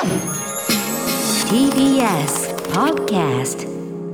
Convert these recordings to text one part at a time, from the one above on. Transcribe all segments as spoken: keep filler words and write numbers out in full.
ティービーエス Podcast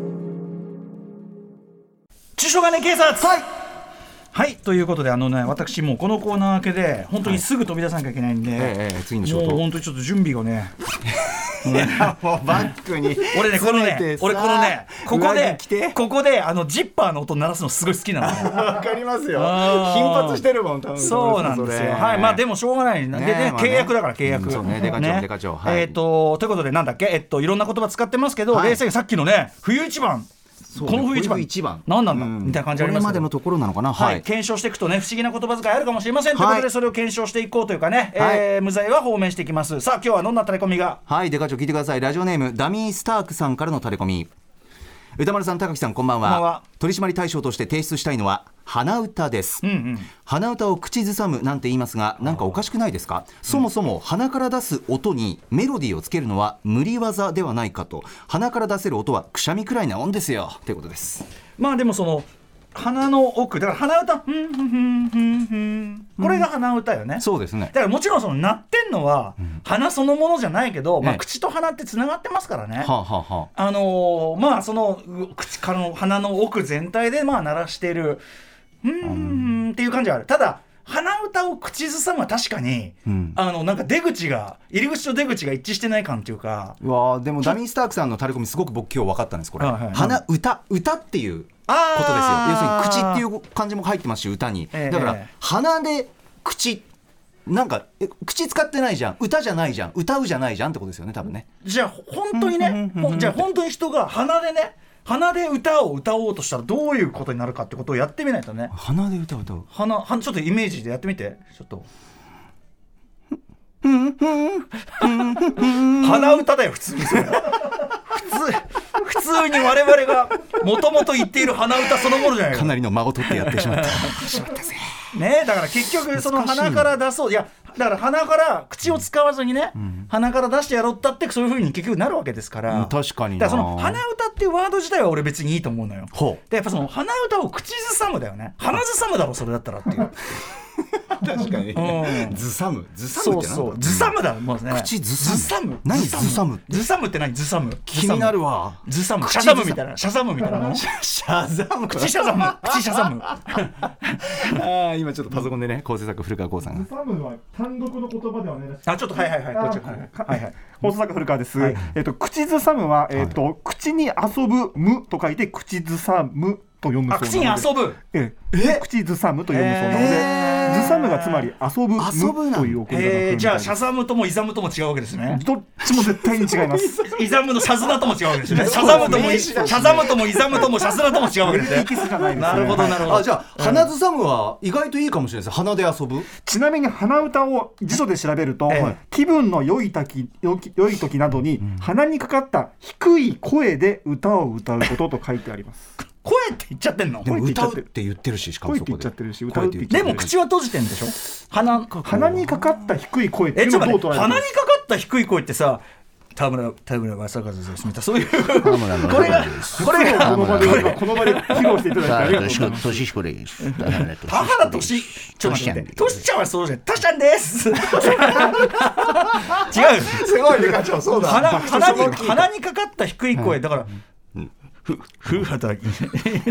中小金警察、 はいはい、ということであのね私もうこのコーナー明けで本当にすぐ飛び出さなきゃいけないんで、はいええ、次の仕事もう本当にちょっと準備がねいやもうバッグに俺ねこのね俺このねここでここであのジッパーの音鳴らすのすごい好きなのわかりますよ頻発してるもん多分そうなんですよ、はい、まあでもしょうがないね、でね、まあね契約だから契約、うん、 そうねデカ長デカ長、はい、 えっ、ー、とということでなんだっけえっといろんな言葉使ってますけど、はい、冷静にさっきのね冬一番この冬一番一番何なんだ、うん、みたいな感じありますけど、 これまでのところなのかな、 はいはい、 検証していくとね不思議な言葉遣いあるかもしれません、はい、ということでそれを検証していこうというかね、はい、えー、無罪は放免していきます。さあ今日はどんなタレコミが。 はいデカ長聞いてください。ラジオネームダミースタークさんからのタレコミ。歌丸さん高木さんこんばんは。こんばんは。取締り対象として提出したいのは鼻歌です、うんうん、鼻歌を口ずさむなんて言いますがなんかおかしくないですか。そもそも鼻から出す音にメロディーをつけるのは無理技ではないかと。鼻から出せる音はくしゃみくらいなもんですよということです。 まあでもその鼻の奥だから鼻歌ふんふんふんふんふんこれが鼻歌よね、うん、 そうですね。 だからもちろんその鳴ってんのは鼻そのものじゃないけど、うんまあ、口と鼻ってつながってますからね、はあはあ、あのー、まあその口からの鼻の奥全体でまあ鳴らしてるうーんっていう感じはある。ただ鼻歌を口ずさむは確かに、うん、あのなんか出口が入り口と出口が一致してない感っていうか。 うわでもダミースタークさんのタレコミすごく僕今日分かったんですこれ、はいはい、鼻歌歌っていうことですよ。要するに口っていう漢字も入ってますし歌に、えー、だから、えー、鼻で口なんかえ口使ってないじゃん歌じゃないじゃん歌うじゃないじゃんってことですよね多分ね。じゃあ本当にねじゃあ本当に人が鼻でね鼻で歌を歌おうとしたらどういうことになるかってことをやってみないとね。 鼻で歌を歌う鼻鼻ちょっとイメージでやってみてちょっと鼻歌だよ普通にそれ普通普通に我々がもともと言っている鼻歌そのものじゃないか。 かなりの間を取ってやってしまったしまったぜね。だから結局その鼻から出そういやだから鼻から口を使わずにね、うん、鼻から出してやろうったってそういう風に結局なるわけですから、 うん、確かにな。 だからその鼻歌っていうワード自体は俺別にいいと思うのよ。ほうでやっぱその鼻歌を口ずさむだよね。鼻ずさむだろそれだったらっていう確かに、うん、ずさむずさむって何だ。 そうそうずさむだもうね。 口ずさむ何ずさむずさむって何ずさむ気になるわ。 ずさむシャザムみたいなシャザムみたいなのシャザム口シャザム口シャザムあ今ちょっとパソコンでね構成作古川光さんがずさむは単独の言葉ではないらしい。 あちょっとはいはいはいこっちはいはいはい放送作古川です、はいえー、と口ずさむは、えーとはい、口に遊ぶむと書いて口ずさむと読むそうなので。 口に遊ぶええ口ずさむと読むそうなので、えー、ずさむがつまり遊ぶむという送り方、 えー、じゃあシャザムともイザムとも違うわけですね。 どっちも絶対に違いますイザムのシャズナとも違うわけですね。シャザムともシャザムともイザムともシャズナとも違うわけですね。なるほどなるほど。 あじゃあ鼻ずさむは意外といいかもしれないです。鼻で遊ぶ。 ちなみに鼻歌を辞書で調べると、えー、気分の良い時良い時などに、うん、鼻にかかった低い声で歌を歌うことと書いてあります声って言っちゃってんの。 でも歌うって言ってるししかもそこで声って言っちゃってるし歌うって言っちゃってる。 でも口は閉じてんでしょ。 鼻, 鼻にかかった低い声っていうのをどう捉える。 鼻にかかった低い声ってさ田村田村正和ですみたいなそういうこれがこれがこの場でこの場で披露していただいてありがとうございます。 年彦です田原俊ちょっと待ってトシちゃんはそうじゃんタシちゃんです違うすごいね課長そうだ鼻, 鼻, に鼻にかかった低い声、うん、だからふふはたき違う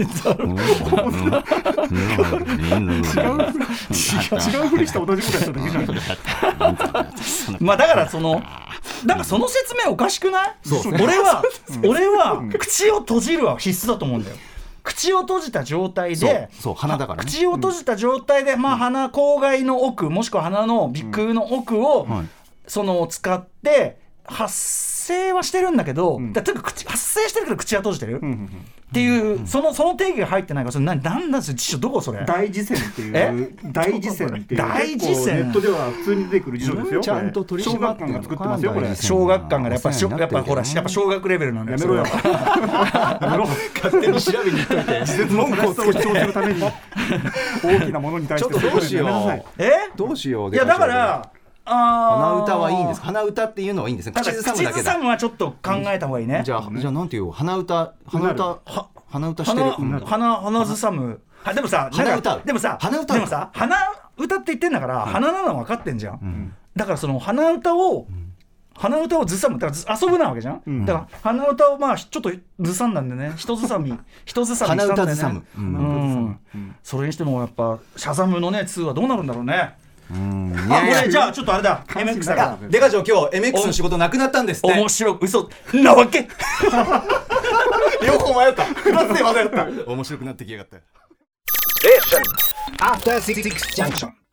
ふりした同じことやっただけじゃんまあだからそのなんかその説明おかしくない？そう俺は俺は口を閉じるは必須だと思うんだよ。口を閉じた状態でそうそう鼻だから、ね、 口を閉じた状態で、まあ、鼻口外の奥もしくは鼻の鼻腔の奥を、うんはい、その使って発声はしてるんだけど、うん、だとにかく口発声してるけど口は閉じてる、うんうんうん、っていう、うん、そのその定義が入ってないからそれ何なんですよ辞書どこそれ大辞典っていう大辞典っていう大辞典ネットでは普通に出てくる辞書ですよ。 ちゃんと取り締まってる。 小学館が作ってますよこれ。 小学館がやっぱやっぱほらやっぱ小学レベルなんだよ。 やめろよやめろ勝手に調べに行っといて自説文句を強調するために大きなものに対してちょっとどうしようえどうしよう。 いやだから鼻歌はいいんです。鼻歌っていうのはいいんですね。口ずさむだけだ。 口ずさむはちょっと考えた方がいいね、 うん、じゃあ、じゃあなんていう鼻歌鼻歌鼻歌してる鼻鼻鼻ずさむはでもさ鼻歌でもさ鼻歌でもさ鼻歌って言ってんだから、うん、鼻なの分かってんじゃん、うん、だからその鼻歌を、うん鼻歌をずさむだから遊ぶなわけじゃん、うん、だから鼻歌をまあちょっとずさんだんでね人ずさみ人ずさみしたんでね鼻歌ずさむ、うんうんうん、それにしてもやっぱシャザムのねツーはどうなるんだろうね。うんいやいやあこれじゃあちょっとあれだ エムエックス だからデカ長今日 エムエックス の仕事なくなったんですって。 面白い嘘なわけ両方迷ったふたつで迷った面白くなってきやがった。 After Six Junction